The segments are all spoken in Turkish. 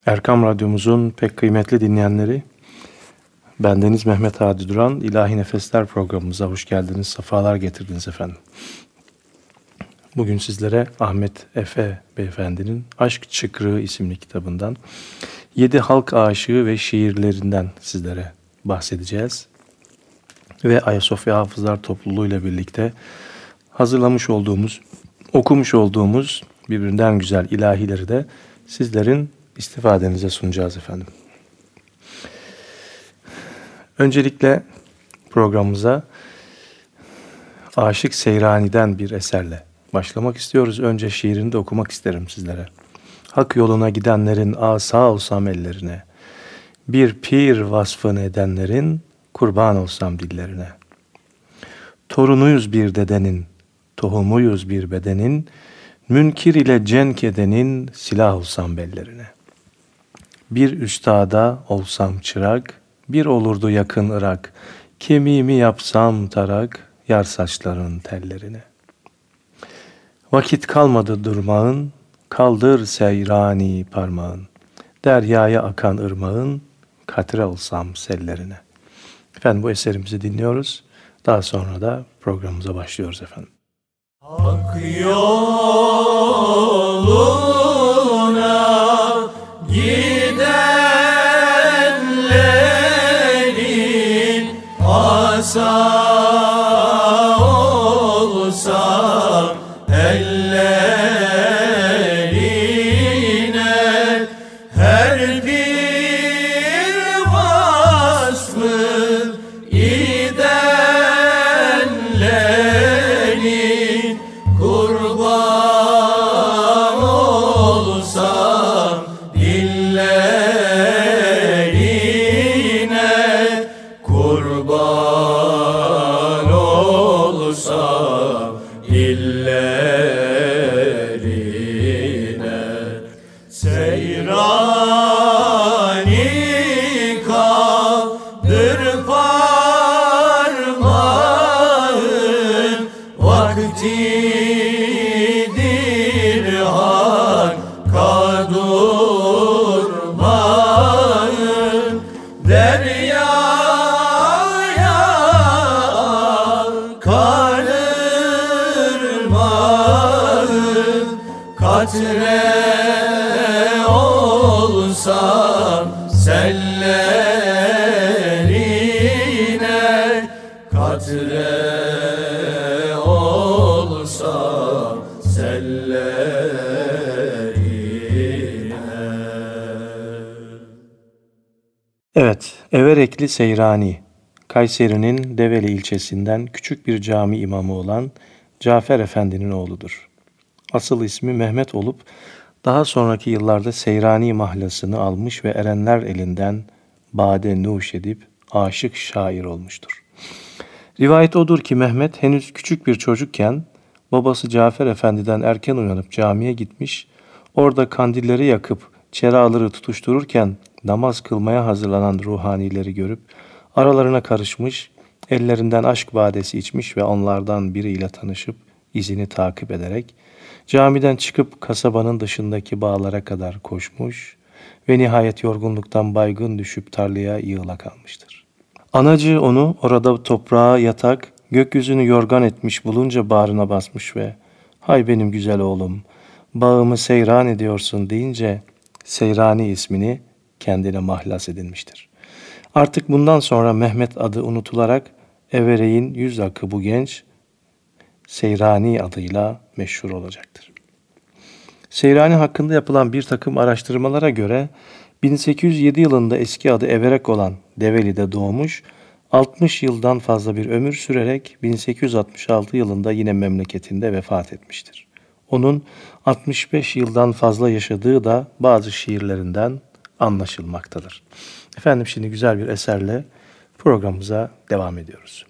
Erkam Radyomuzun pek kıymetli dinleyenleri, bendeniz Mehmet Hadi Duran, İlahi Nefesler programımıza hoş geldiniz, sefalar getirdiniz efendim. Bugün sizlere Ahmet Efe Beyefendi'nin Aşk Çıkrığı isimli kitabından 7 halk aşığı ve şiirlerinden sizlere bahsedeceğiz. Ve Ayasofya Hafızlar Topluluğu ile birlikte hazırlamış olduğumuz, okumuş olduğumuz birbirinden güzel ilahileri de sizlerin istifadenize sunacağız efendim. Öncelikle programımıza Aşık Seyrani'den bir eserle başlamak istiyoruz. Önce şiirini de okumak isterim sizlere. Hak yoluna gidenlerin asa olsam ellerine, bir pir vasfını edenlerin kurban olsam dillerine. Torunuyuz bir dedenin, tohumuyuz bir bedenin, münkir ile cenk edenin silah olsam bellerine. Bir üstada olsam çırak, bir olurdu yakın Irak, kemiğimi yapsam tarak, yar saçların tellerine. Vakit kalmadı durmağın, kaldır seyrani parmağın, deryaya akan ırmağın, katre olsam sellerine. Efendim bu eserimizi dinliyoruz. Daha sonra da programımıza başlıyoruz efendim. Hak yoluna gidenlerin asa olsam ellerine, her bir vasfı idenlerin kurban olsam dillerine, kurban olsam dillerine. Seyrani kaldır parmağın, vaktidir hakka durmağın, deryaya karırmağın, katre olsam sellerine, katre olsam sellerine. Evet, Everekli Seyrani, Kayseri'nin Develi ilçesinden küçük bir cami imamı olan Cafer Efendi'nin oğludur. Asıl ismi Mehmet olup daha sonraki yıllarda Seyrani mahlasını almış ve erenler elinden bade nuş edip aşık şair olmuştur. Rivayet odur ki Mehmet henüz küçük bir çocukken babası Cafer Efendi'den erken uyanıp camiye gitmiş, orada kandilleri yakıp çeraları tutuştururken namaz kılmaya hazırlanan ruhanileri görüp aralarına karışmış, ellerinden aşk badesi içmiş ve onlardan biriyle tanışıp izini takip ederek camiden çıkıp kasabanın dışındaki bağlara kadar koşmuş ve nihayet yorgunluktan baygın düşüp tarlaya yığıla kalmıştır. Anacığı onu orada toprağa yatak, gökyüzünü yorgan etmiş bulunca bağrına basmış ve "Hay benim güzel oğlum, bağımı seyran ediyorsun" deyince Seyrani ismini kendine mahlas edinmiştir. Artık bundan sonra Mehmet adı unutularak Everek'in yüz akı bu genç Seyrani adıyla meşhur olacaktır. Seyrani hakkında yapılan bir takım araştırmalara göre 1807 yılında eski adı Everek olan Develi'de doğmuş, 60 yıldan fazla bir ömür sürerek 1866 yılında yine memleketinde vefat etmiştir. Onun 65 yıldan fazla yaşadığı da bazı şiirlerinden anlaşılmaktadır. Efendim şimdi güzel bir eserle programımıza devam ediyoruz.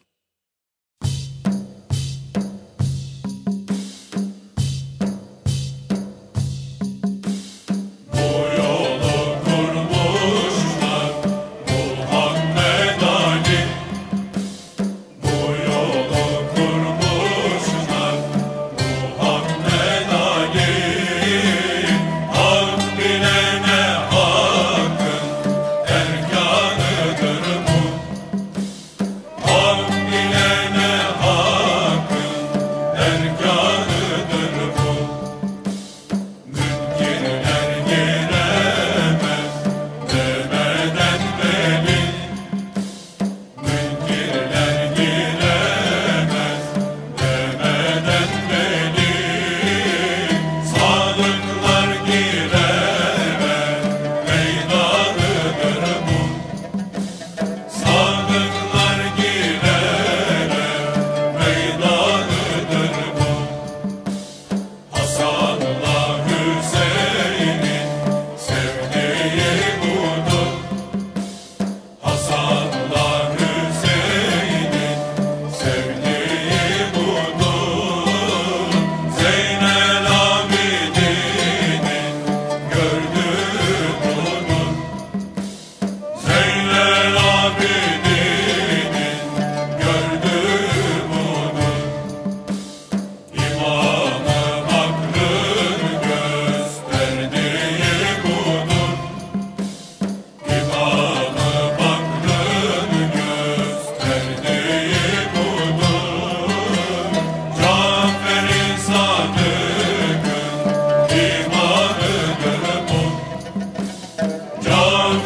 Hak bilene hak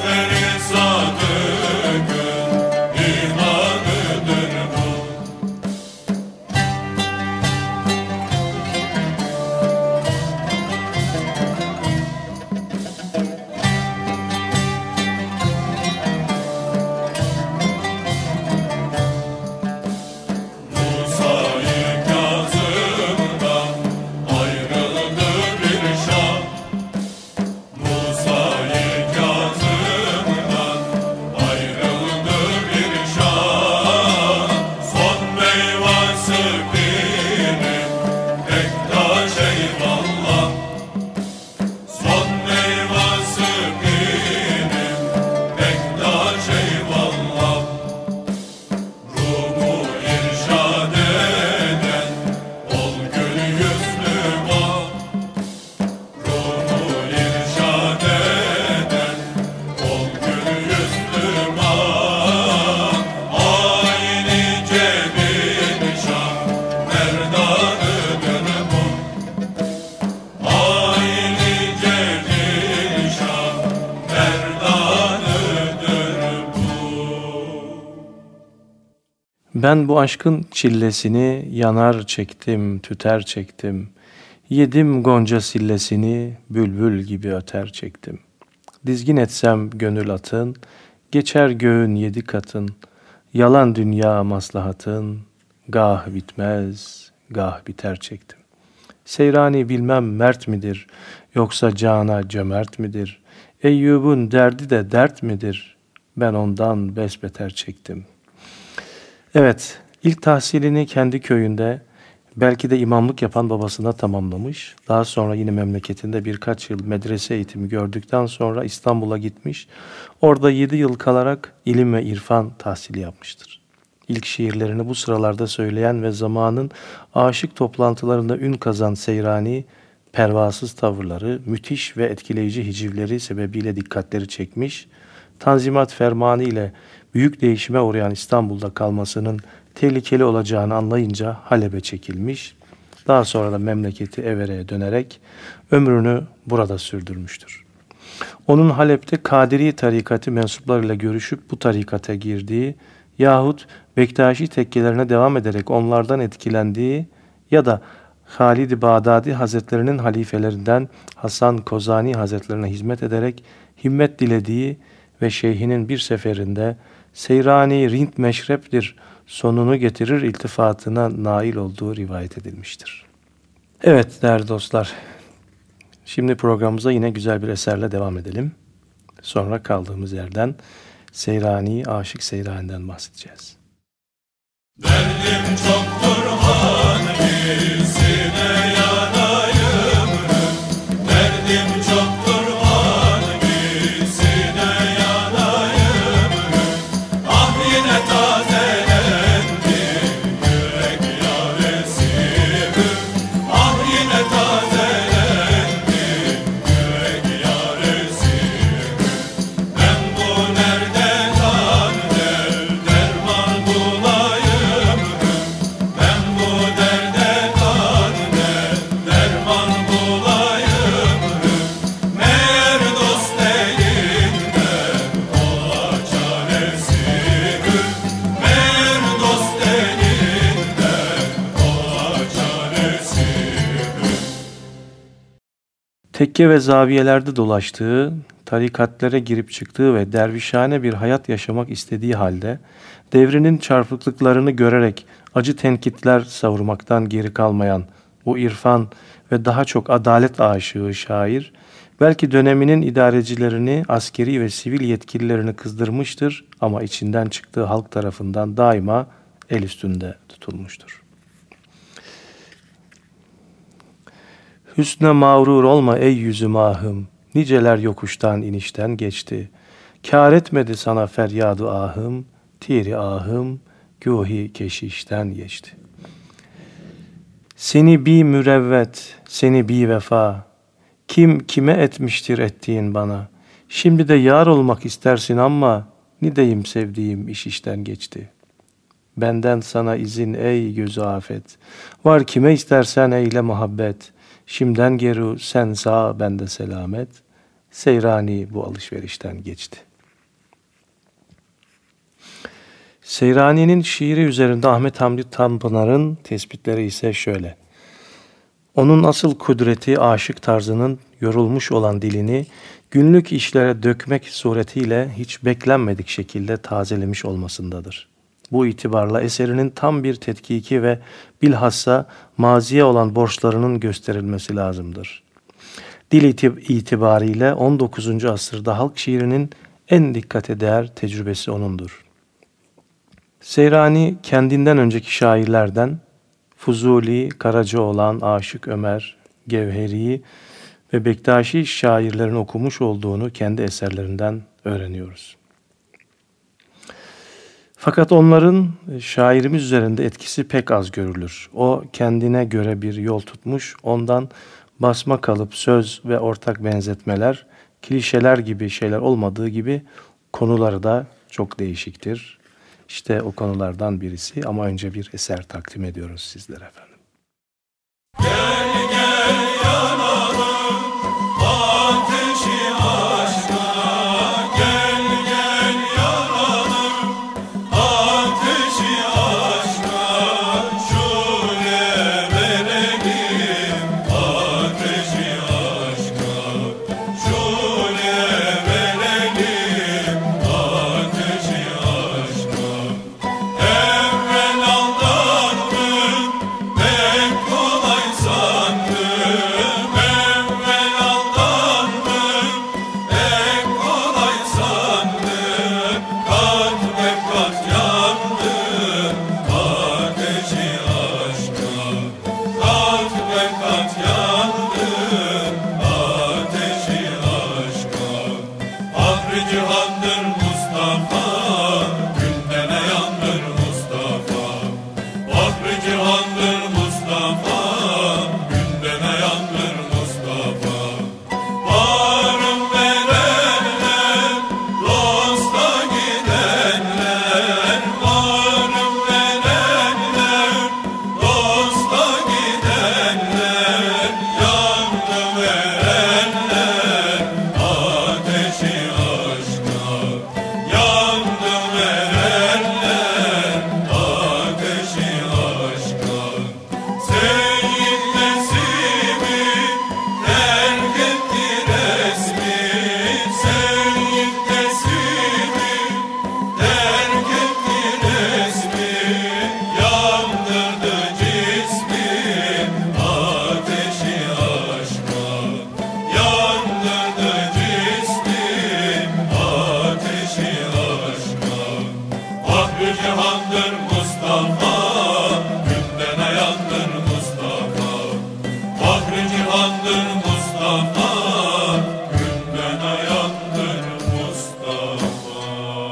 Cafer Sadık'ın imanıdır bu. Musa-i Kazım'dan ayrıldı bir şah. Musa-i Kazım'dan ayrıldı bir şah. Son meyvası piri Bektaş eyvallah. Son meyvası piri Bektaş eyvallah. Ruhu irşad eden ol gül yüzlü bak. Ruhu irşad eden ol gül yüzlü bak. Ayni cebin şah merdanıdır bu. Ayni cebin şah merdanıdır bu. Ben bu aşkın çillesini yanar çektim, tüter çektim. Yedim gonca sillesini, bülbül gibi öter çektim. Dizgin etsem gönül atın, geçer göğün 7 katın. Yalan dünya maslahatın, gah bitmez, gah biter çektim. Seyrani bilmem mert midir, yoksa cana cömert midir? Eyyub'un derdi de dert midir? Ben ondan besbeter çektim. Evet, ilk tahsilini kendi köyünde, belki de imamlık yapan babasına tamamlamış. Daha sonra yine memleketinde birkaç yıl medrese eğitimi gördükten sonra İstanbul'a gitmiş. Orada 7 yıl kalarak ilim ve irfan tahsili yapmıştır. İlk şiirlerini bu sıralarda söyleyen ve zamanın aşık toplantılarında ün kazan Seyrani, pervasız tavırları, müthiş ve etkileyici hicivleri sebebiyle dikkatleri çekmiş. Tanzimat fermanı ile büyük değişime uğrayan İstanbul'da kalmasının tehlikeli olacağını anlayınca Halep'e çekilmiş. Daha sonra da memleketi Evere'ye dönerek ömrünü burada sürdürmüştür. Onun Halep'te Kadiri tarikatı mensuplarıyla görüşüp bu tarikata girdiği yahut Bektaşi tekkelerine devam ederek onlardan etkilendiği ya da Halid-i Bağdadi Hazretlerinin halifelerinden Hasan Kozani Hazretlerine hizmet ederek himmet dilediği ve şeyhinin bir seferinde Seyrani Rint meşreptir, sonunu getirir iltifatına nail olduğu rivayet edilmiştir. Evet değerli dostlar, şimdi programımıza yine güzel bir eserle devam edelim. Sonra kaldığımız yerden Seyrani, Aşık Seyrani'den bahsedeceğiz. Derdim çoktur hangisine yanayım? Derdim çoktur hangisine yanayım? Ah yine tazelendi yürek yaresim. Ah yine tazelendi yürek yaresim. Ben bu nereden derman bulayım? Ben bu derden derman bulayım. Meğer dost elinden ola çaresi. Meğer dost elinden ola çaresi. Tekke ve zaviyelerde dolaştığı, tarikatlere girip çıktığı ve dervişhane bir hayat yaşamak istediği halde devrinin çarpıklıklarını görerek acı tenkitler savurmaktan geri kalmayan bu irfan ve daha çok adalet aşığı şair, belki döneminin idarecilerini, askeri ve sivil yetkililerini kızdırmıştır ama içinden çıktığı halk tarafından daima el üstünde tutulmuştur. Hüsne mağrur olma ey yüzüm ahım, niceler yokuştan inişten geçti. Kâr etmedi sana feryadu ahım, tiri ahım, gühi keşişten geçti. Seni bi mürevvet, seni bi vefa, kim kime etmiştir ettiğin bana. Şimdi de yar olmak istersin ama, ne diyeyim sevdiğim iş işten geçti. Benden sana izin ey gözü afet, var kime istersen eyle muhabbet. Şimdiden geri sen sağ bende selamet, Seyrani bu alışverişten geçti. Seyrani'nin şiiri üzerinde Ahmet Hamdi Tanpınar'ın tespitleri ise şöyle. Onun asıl kudreti aşık tarzının yorulmuş olan dilini günlük işlere dökmek suretiyle hiç beklenmedik şekilde tazelemiş olmasındadır. Bu itibarla eserinin tam bir tetkiki ve bilhassa maziye olan borçlarının gösterilmesi lazımdır. Dil itibariyle 19. asırda halk şiirinin en dikkate değer tecrübesi onundur. Seyrani kendinden önceki şairlerden Fuzuli, Karacaoğlan, Aşık Ömer, Gevheri ve Bektaşi şairlerin okumuş olduğunu kendi eserlerinden öğreniyoruz. Fakat onların şairimiz üzerinde etkisi pek az görülür. O kendine göre bir yol tutmuş, ondan basma kalıp söz ve ortak benzetmeler, klişeler gibi şeyler olmadığı gibi konuları da çok değişiktir. İşte o konulardan birisi ama önce bir eser takdim ediyoruz sizlere efendim. Gel gel yanalım ateşi aşka, gel gel yanalım ateşi aşka, şule verelim ateşi aşka, şule verelim ateşi aşka. Evvel aldandım, pek kolay sandım. Evvel aldandım, pek kolay sandım. Kat be kat yandım ateşi aşka. Kat be kat yandım ateşi aşka. Ahri cihandır Mustafa, gündeme yandır Mustafa. Ahri cihandır Mustafa, gündeme yandır Mustafa. Varım verenler, dosta gidenler. Varım verenler, dosta gidenler. Yandı verenler, ateşi aşka. Yandı verenler, ateşi aşka. Seyyid Nesimi terk etti resmi. Seyyid Nesimi terk etti resmi. Yandırdı cismi ateşi aşka. Yandırdı cismi ateşi aşka. Ahri cihandır Mustafa, gündeme yandır Mustafa. Ahri cihandır Mustafa, gündeme yandır Mustafa.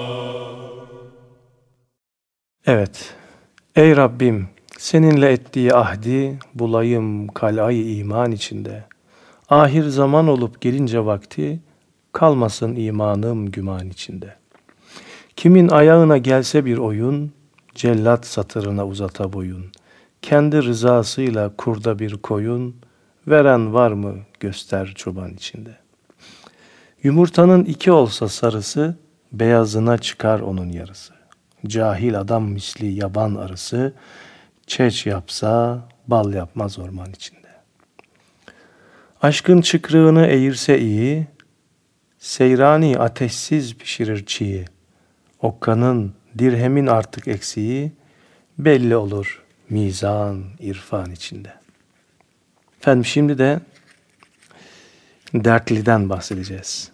Evet, ey Rabbim seninle ettiği ahdi bulayım kal'ayı iman içinde. Ahir zaman olup gelince vakti kalmasın imanım güman içinde. Kimin ayağına gelse bir oyun, cellat satırına uzata boyun. Kendi rızasıyla kurda bir koyun, veren var mı göster çoban içinde. Yumurtanın iki olsa sarısı, beyazına çıkar onun yarısı. Cahil adam misli yaban arısı, çeç yapsa bal yapmaz orman içinde. Aşkın çıkrığını eğirse iyi, seyrani ateşsiz pişirir çiği. Okkanın, dirhemin artık eksiği, belli olur mizan, irfan içinde. Efendim şimdi de dertliden bahsedeceğiz.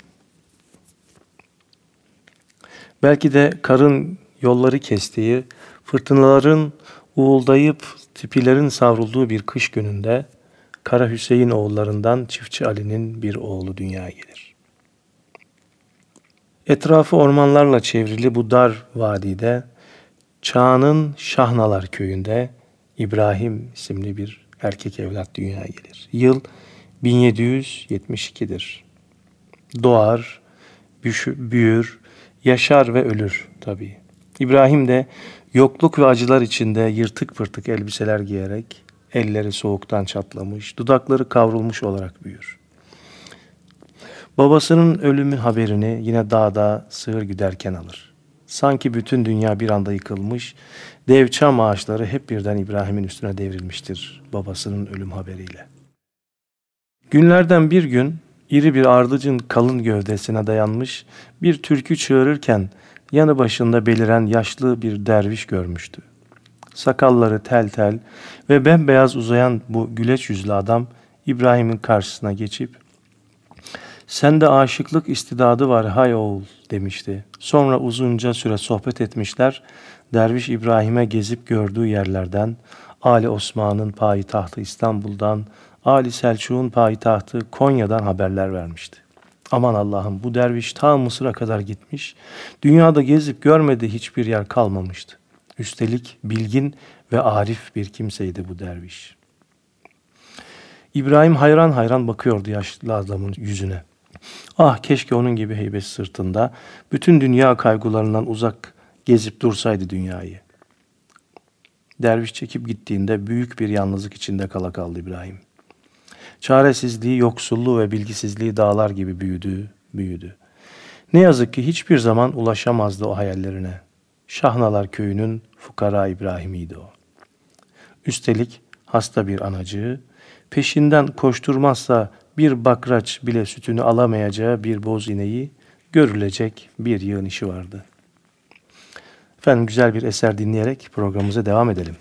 Belki de karın yolları kestiği, fırtınaların uğuldayıp tipilerin savrulduğu bir kış gününde Kara Hüseyin oğullarından Çiftçi Ali'nin bir oğlu dünyaya gelir. Etrafı ormanlarla çevrili bu dar vadide Çağan'ın Şahnalar köyünde İbrahim isimli bir erkek evlat dünyaya gelir. Yıl 1772'dir. Doğar, büyür, yaşar ve ölür tabii. İbrahim de yokluk ve acılar içinde yırtık pırtık elbiseler giyerek, elleri soğuktan çatlamış, dudakları kavrulmuş olarak büyür. Babasının ölümü haberini yine dağda sığır giderken alır. Sanki bütün dünya bir anda yıkılmış, dev çam ağaçları hep birden İbrahim'in üstüne devrilmiştir babasının ölüm haberiyle. Günlerden bir gün iri bir ardıcın kalın gövdesine dayanmış bir türkü çığırırken yanı başında beliren yaşlı bir derviş görmüştü. Sakalları tel tel ve bembeyaz uzayan bu güleç yüzlü adam İbrahim'in karşısına geçip "Sende aşıklık istidadı var hay oğul" demişti. Sonra uzunca süre sohbet etmişler. Derviş İbrahim'e gezip gördüğü yerlerden, Ali Osman'ın payitahtı İstanbul'dan, Ali Selçuk'un payitahtı Konya'dan haberler vermişti. Aman Allah'ım, bu derviş ta Mısır'a kadar gitmiş, dünyada gezip görmediği hiçbir yer kalmamıştı. Üstelik bilgin ve arif bir kimseydi bu derviş. İbrahim hayran hayran bakıyordu yaşlı adamın yüzüne. Ah, keşke onun gibi heybesi sırtında bütün dünya kaygılarından uzak gezip dursaydı dünyayı. Derviş çekip gittiğinde büyük bir yalnızlık içinde kala kaldı İbrahim. Çaresizliği, yoksulluğu ve bilgisizliği dağlar gibi büyüdü. Ne yazık ki hiçbir zaman ulaşamazdı o hayallerine. Şahnalar köyünün fukara İbrahim'iydi o. Üstelik hasta bir anacığı, peşinden koşturmazsa bir bakraç bile sütünü alamayacağı bir boz ineği, görülecek bir yığın işi vardı. Efendim, güzel bir eser dinleyerek programımıza devam edelim.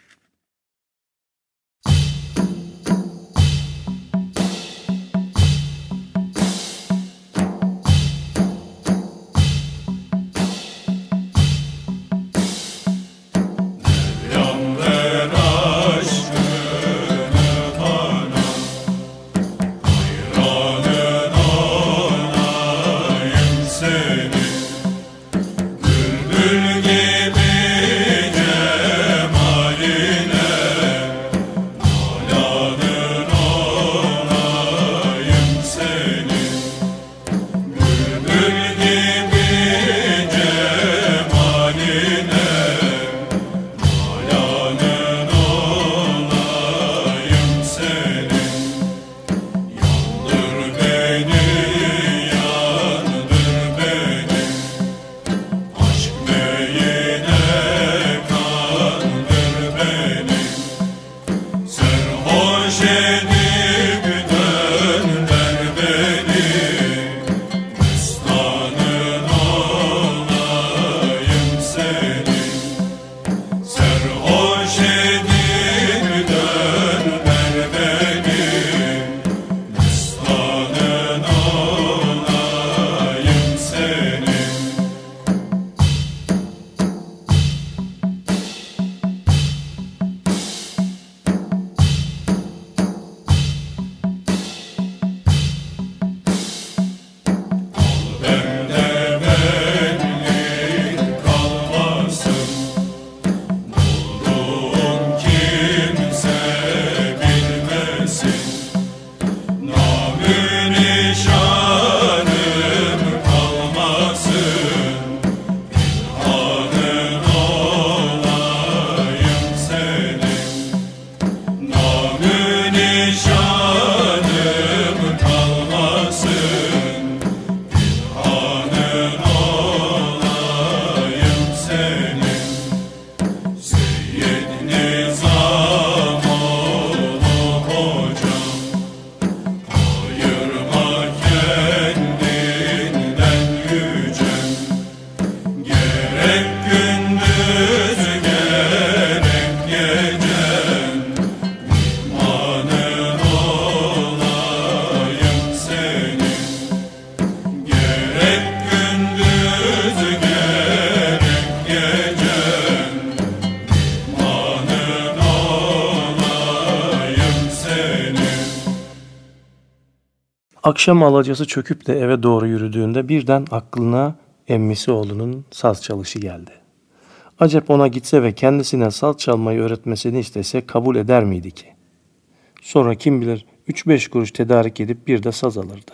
Akşam alacası çöküp de eve doğru yürüdüğünde birden aklına emmisi oğlunun saz çalışı geldi. Acep ona gitse ve kendisine saz çalmayı öğretmesini istese kabul eder miydi ki? Sonra kim bilir 3-5 kuruş tedarik edip bir de saz alırdı.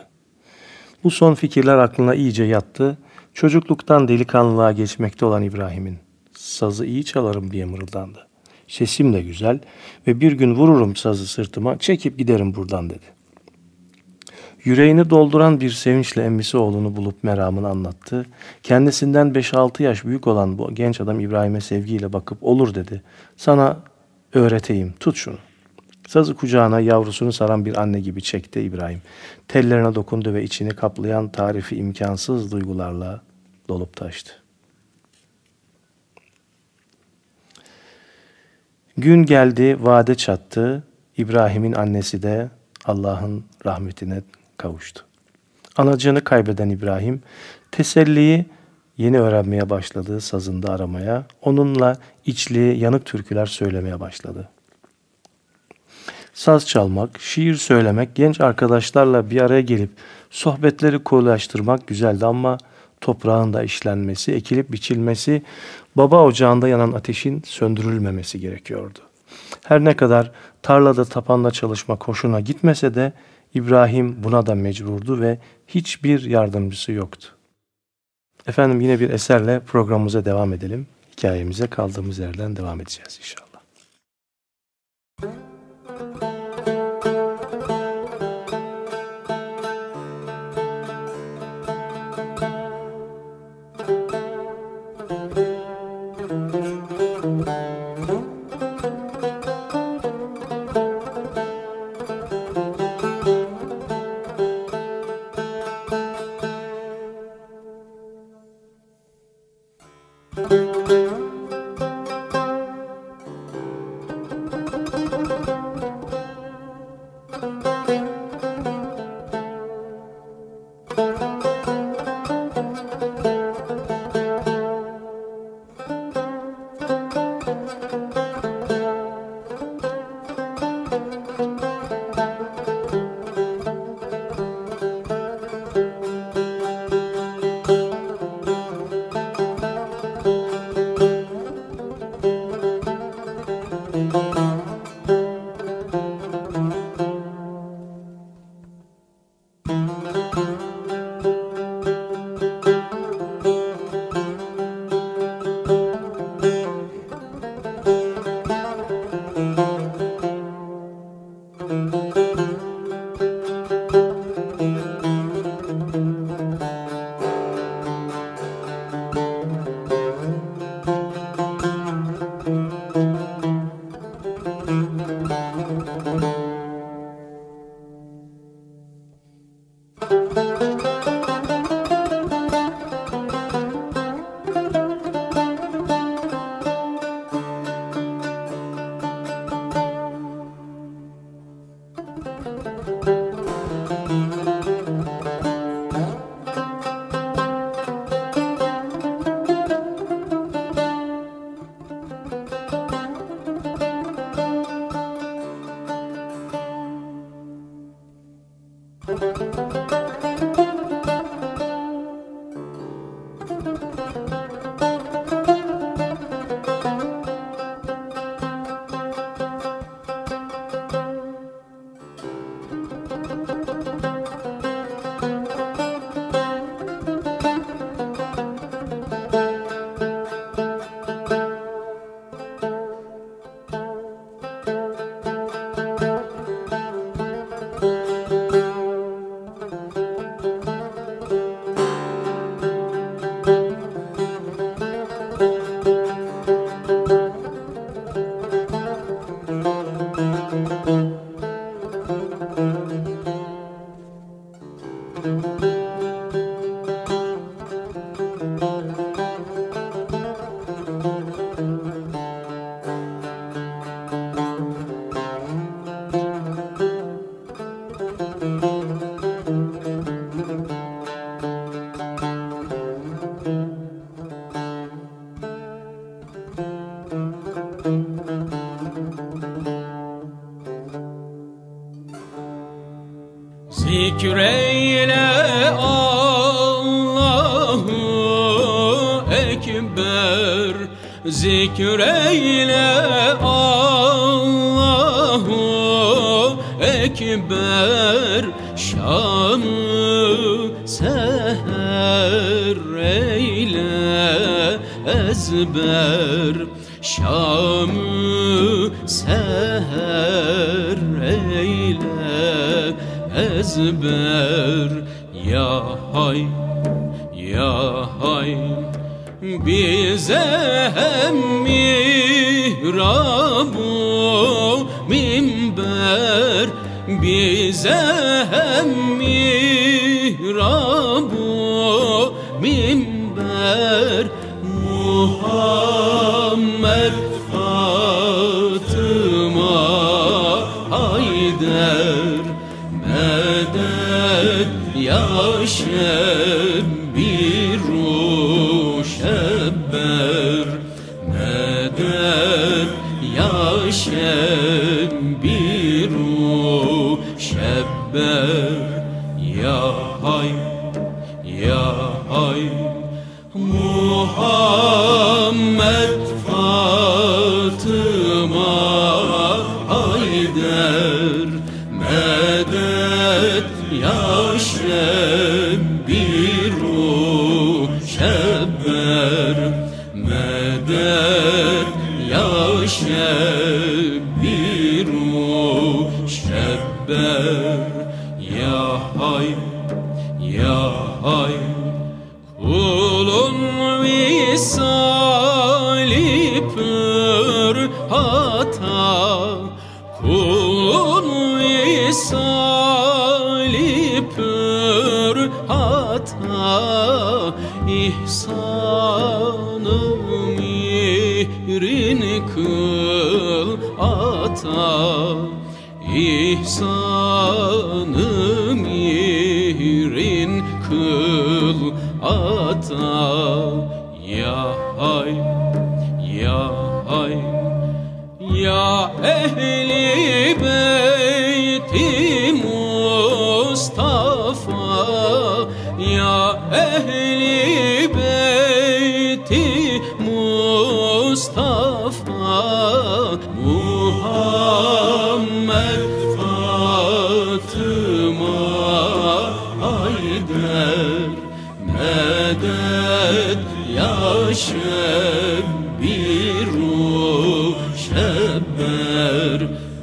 Bu son fikirler aklına iyice yattı. Çocukluktan delikanlılığa geçmekte olan İbrahim'in "Sazı iyi çalarım" diye mırıldandı. "Sesim de güzel ve bir gün vururum sazı sırtıma, çekip giderim buradan" dedi. Yüreğini dolduran bir sevinçle emmisi oğlunu bulup meramını anlattı. Kendisinden 5-6 yaş büyük olan bu genç adam İbrahim'e sevgiyle bakıp olur dedi. Sana öğreteyim, tut şunu. Sazı kucağına yavrusunu saran bir anne gibi çekti İbrahim. Tellerine dokundu ve içini kaplayan tarifi imkansız duygularla dolup taştı. Gün geldi, vade çattı. İbrahim'in annesi de Allah'ın rahmetine kavuştu. Anacığını kaybeden İbrahim, teselliyi yeni öğrenmeye başladığı sazında aramaya, onunla içli, yanık türküler söylemeye başladı. Saz çalmak, şiir söylemek, genç arkadaşlarla bir araya gelip sohbetleri kolaylaştırmak güzeldi ama toprağın da işlenmesi, ekilip biçilmesi, baba ocağında yanan ateşin söndürülmemesi gerekiyordu. Her ne kadar tarlada tapanla çalışmak hoşuna gitmese de İbrahim buna da mecburdu ve hiçbir yardımcısı yoktu. Efendim yine bir eserle programımıza devam edelim. Hikayemize kaldığımız yerden devam edeceğiz inşallah. Zikreyle Allahu Ekber, zikreyle Allahu Ekber, şanı seher eyle ezber, şanı seher eyle ezber. Ya hay, ya hay, bize hem mihrabu minber, bize hem mihrabu minber. Muhammed, Fatıma, Haydar, medet ya şebbiru şebber, medet ya şebbiru şebber. Ya hay, ya hay, Muhammed, Fatıma, Haydar, medet ya şebbiru şebber, medet ya şebbiru şebber. Ya hay, ya hay, kulun visali pür hata, kulun visali pür hata, ihsanı mirin kıl ata, ihsanı mirin kıl ata. Ya hay, ya hay, ya ehli beyti Mustafa, ya ehli beyti Mustafa, Muhammed, Fatıma, Haydar, medet ya şebbiru şebber,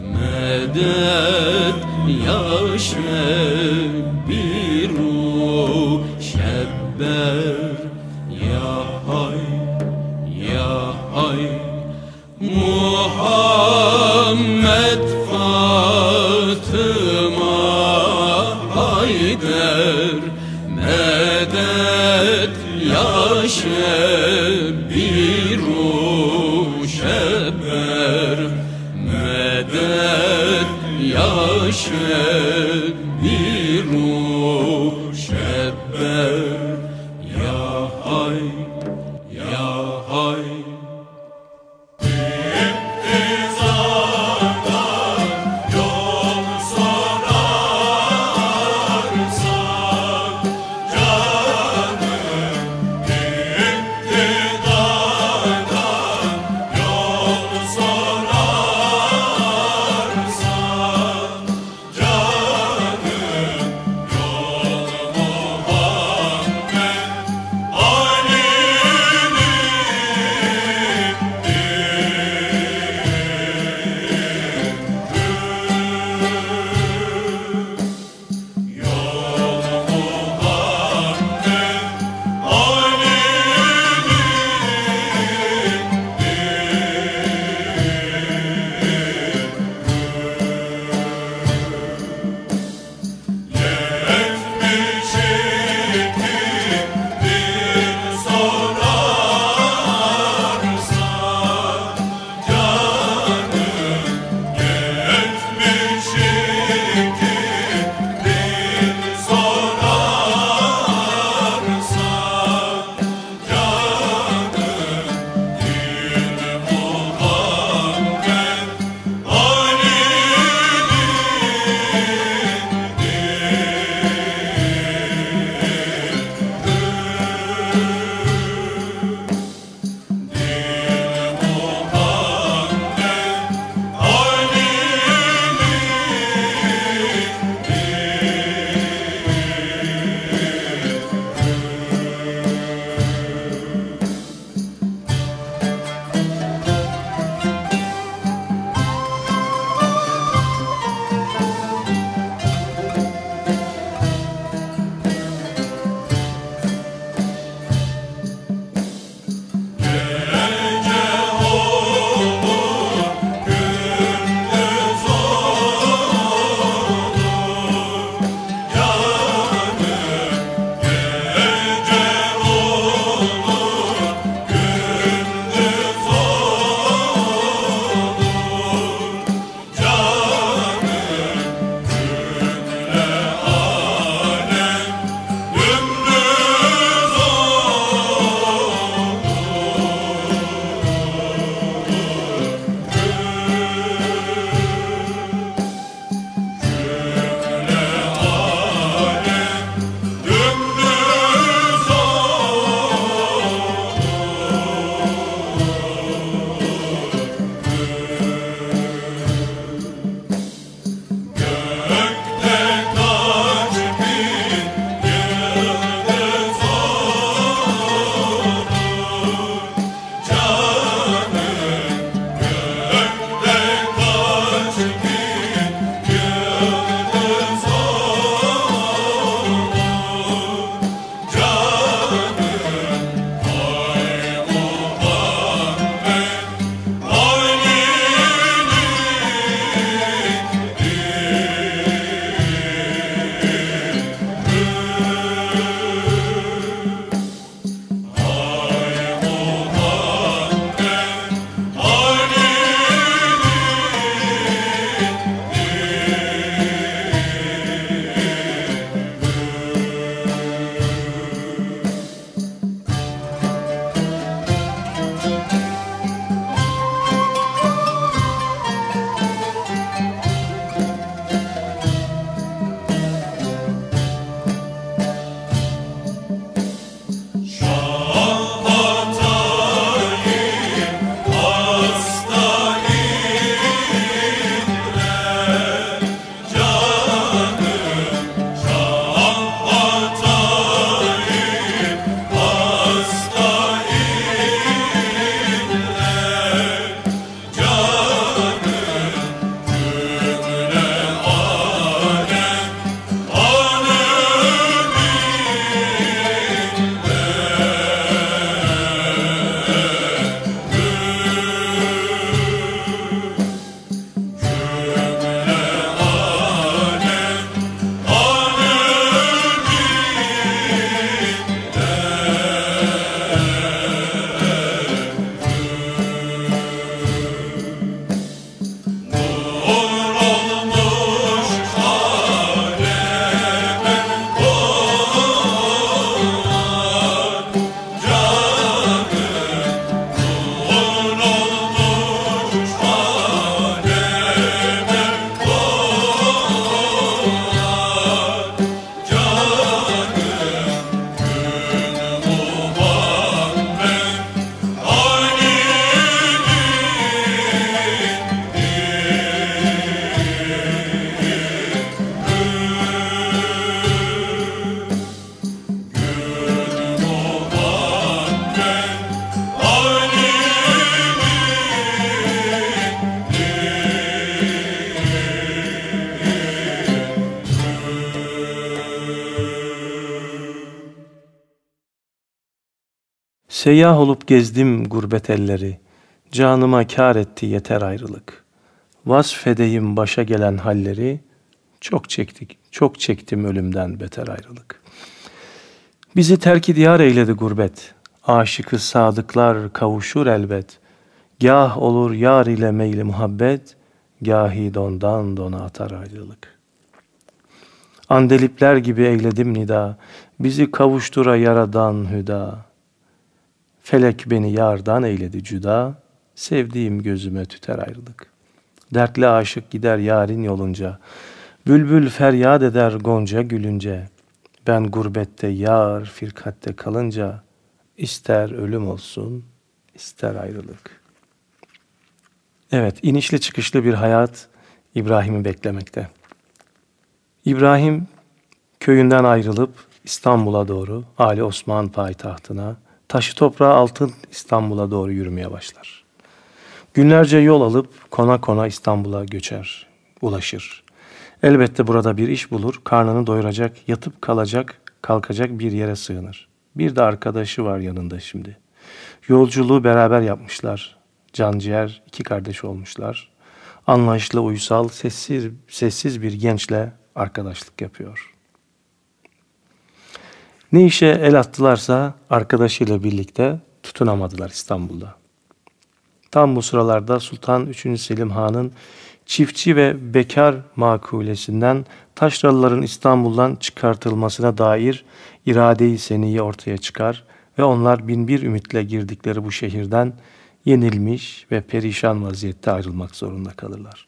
medet ya şebbiru şebber. Ya hay, ya hay, Muhammed, Fatıma, Haydar, medet ya şebbiru şebber, medet ya şebbiru şebber. Ya hay, ya hay. Sorarsan Seyyah olup gezdim gurbet elleri, canıma kâr etti yeter ayrılık. Vasfedeyim başa gelen halleri, çok çektim ölümden beter ayrılık. Bizi terk-i diyar eyledi gurbet, aşıkı sadıklar kavuşur elbet. Gâh olur yar ile meyli muhabbet, gâhi dondan dona atar ayrılık. Andelipler gibi eyledim nida, bizi kavuştura yaradan hüda. Felek beni yardan eyledi cüda, sevdiğim gözüme tüter ayrılık. Dertli aşık gider yarın yolunca, bülbül feryat eder gonca gülünce. Ben gurbette yar firkatte kalınca, ister ölüm olsun, ister ayrılık. Evet, inişli çıkışlı bir hayat İbrahim'i beklemekte. İbrahim köyünden ayrılıp İstanbul'a doğru, Ali Osman payitahtına, taşı toprağı altın İstanbul'a doğru yürümeye başlar. Günlerce yol alıp kona kona İstanbul'a göçer, ulaşır. Elbette burada bir iş bulur, karnını doyuracak, yatıp kalacak, kalkacak bir yere sığınır. Bir de arkadaşı var yanında şimdi. Yolculuğu beraber yapmışlar. Canciğer iki kardeş olmuşlar. Anlayışlı, uysal, sessiz bir gençle arkadaşlık yapıyor. Ne işe el attılarsa arkadaşıyla birlikte tutunamadılar İstanbul'da. Tam bu sıralarda Sultan 3. Selim Han'ın çiftçi ve bekar makulesinden Taşralıların İstanbul'dan çıkartılmasına dair irade-i seniye ortaya çıkar ve onlar binbir ümitle girdikleri bu şehirden yenilmiş ve perişan vaziyette ayrılmak zorunda kalırlar.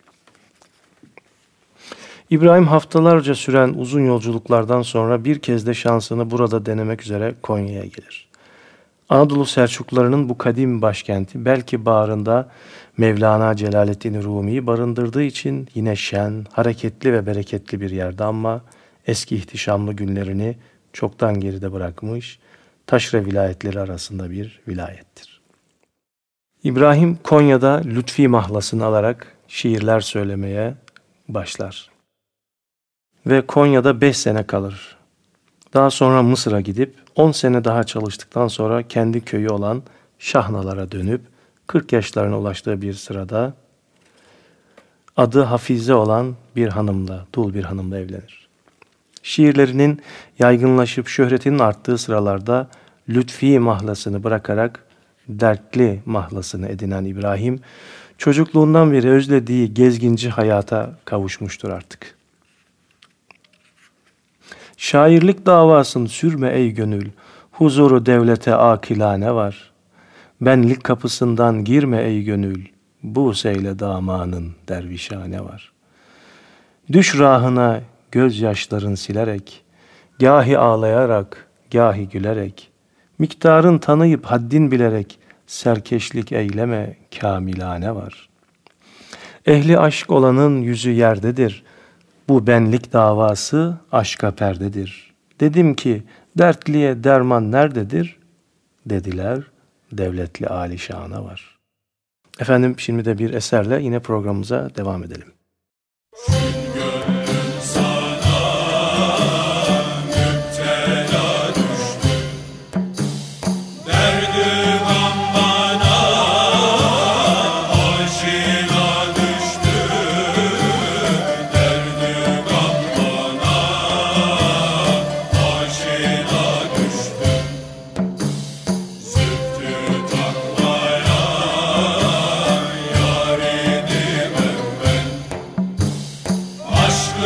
İbrahim haftalarca süren uzun yolculuklardan sonra bir kez de şansını burada denemek üzere Konya'ya gelir. Anadolu Selçuklularının bu kadim başkenti belki bağrında Mevlana Celaleddin Rumi'yi barındırdığı için yine şen, hareketli ve bereketli bir yerde ama eski ihtişamlı günlerini çoktan geride bırakmış, taşra vilayetleri arasında bir vilayettir. İbrahim Konya'da Lütfi mahlasını alarak şiirler söylemeye başlar. Ve Konya'da 5 sene kalır. Daha sonra Mısır'a gidip 10 sene daha çalıştıktan sonra kendi köyü olan Şahnalar'a dönüp 40 yaşlarına ulaştığı bir sırada adı Hafize olan bir hanımla, dul bir hanımla evlenir. Şiirlerinin yaygınlaşıp şöhretinin arttığı sıralarda Lütfi mahlasını bırakarak dertli mahlasını edinen İbrahim, çocukluğundan beri özlediği gezginci hayata kavuşmuştur artık. Şairlik davasını sürme ey gönül, huzuru devlete akilane var. Benlik kapısından girme ey gönül, bu seyle damanın dervişhane var. Düş rahına gözyaşların silerek, gahi ağlayarak, gahi gülerek, miktarın tanıyıp haddin bilerek, serkeşlik eyleme kamilane var. Ehli aşk olanın yüzü yerdedir, bu benlik davası aşka perdedir. Dedim ki dertliye derman nerededir? Dediler devletli alişana var. Efendim şimdi de bir eserle yine programımıza devam edelim. Aşk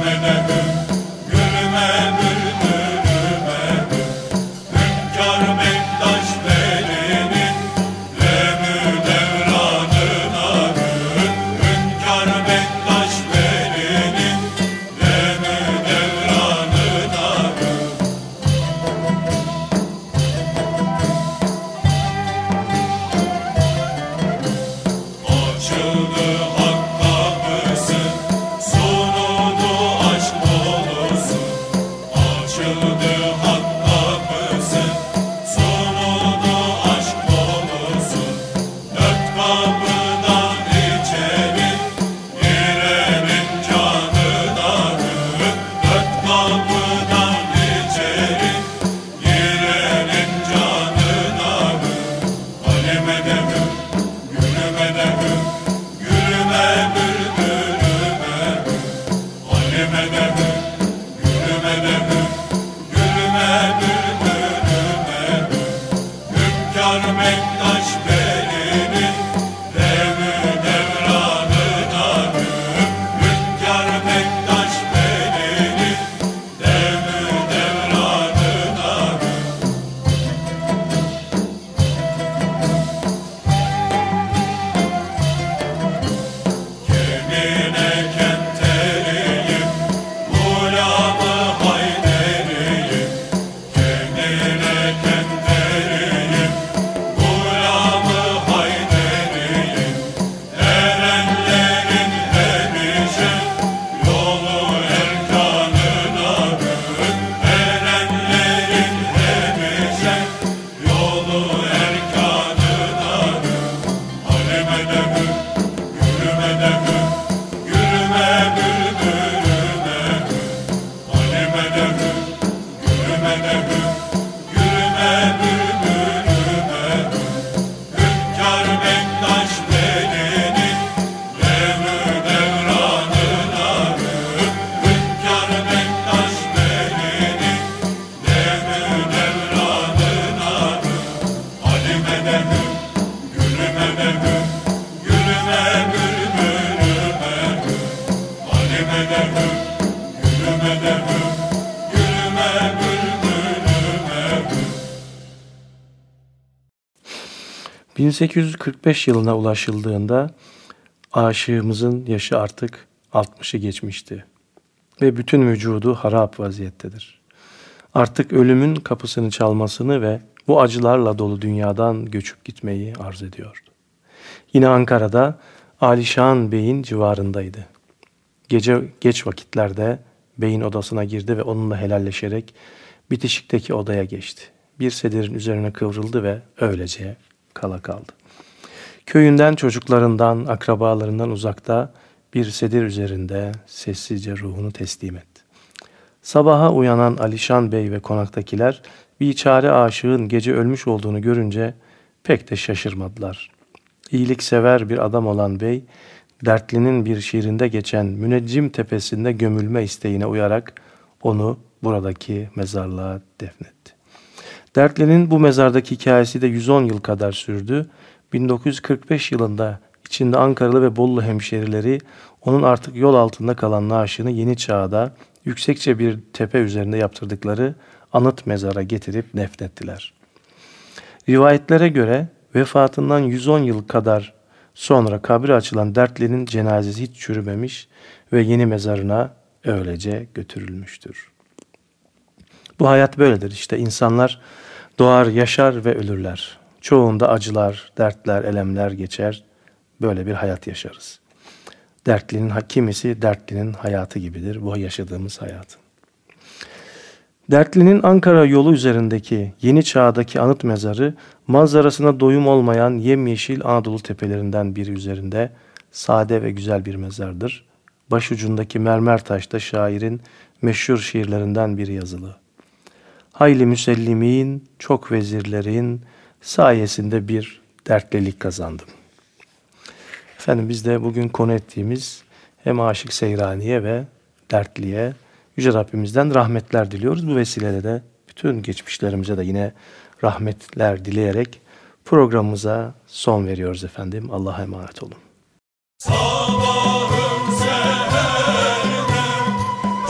...1845 yılına ulaşıldığında aşığımızın yaşı artık 60'ı geçmişti ve bütün vücudu harap vaziyettedir. Artık ölümün kapısını çalmasını ve bu acılarla dolu dünyadan göçüp gitmeyi arz ediyordu. Yine Ankara'da Alişan Bey'in civarındaydı. Gece geç vakitlerde Bey'in odasına girdi ve onunla helalleşerek bitişikteki odaya geçti. Bir sedirin üzerine kıvrıldı ve öylece kala kaldı. Köyünden, çocuklarından, akrabalarından uzakta bir sedir üzerinde sessizce ruhunu teslim etti. Sabaha uyanan Alişan Bey ve konaktakiler biçare aşığın gece ölmüş olduğunu görünce pek de şaşırmadılar. İyiliksever bir adam olan Bey, Dertli'nin bir şiirinde geçen Müneccim Tepesi'nde gömülme isteğine uyarak onu buradaki mezarlığa defnetti. Dertli'nin bu mezardaki hikayesi de 110 yıl kadar sürdü. 1945 yılında içinde Ankaralı ve Bollu hemşerileri onun artık yol altında kalan naaşını Yeni Çağ'da yüksekçe bir tepe üzerinde yaptırdıkları anıt mezara getirip defnettiler. Rivayetlere göre vefatından 110 yıl kadar sonra kabri açılan Dertli'nin cenazesi hiç çürümemiş ve yeni mezarına öylece götürülmüştür. Bu hayat böyledir işte. İnsanlar doğar, yaşar ve ölürler. Çoğunda acılar, dertler, elemler geçer. Böyle bir hayat yaşarız. Dertlinin kimisi Dertlinin hayatı gibidir. Bu yaşadığımız hayatın. Dertlinin Ankara yolu üzerindeki Yeni Çağ'daki anıt mezarı manzarasına doyum olmayan yemyeşil Anadolu tepelerinden biri üzerinde sade ve güzel bir mezardır. Başucundaki mermer taşta şairin meşhur şiirlerinden biri yazılı. Hayli müsellimin, çok vezirlerin sayesinde bir dertlilik kazandım. Efendim biz de bugün konu ettiğimiz hem Aşık Seyrani'ye ve Dertli'ye Yüce Rabbimizden rahmetler diliyoruz. Bu vesileyle de bütün geçmişlerimize de yine rahmetler dileyerek programımıza son veriyoruz efendim. Allah'a emanet olun. Sabahın seherinde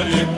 galip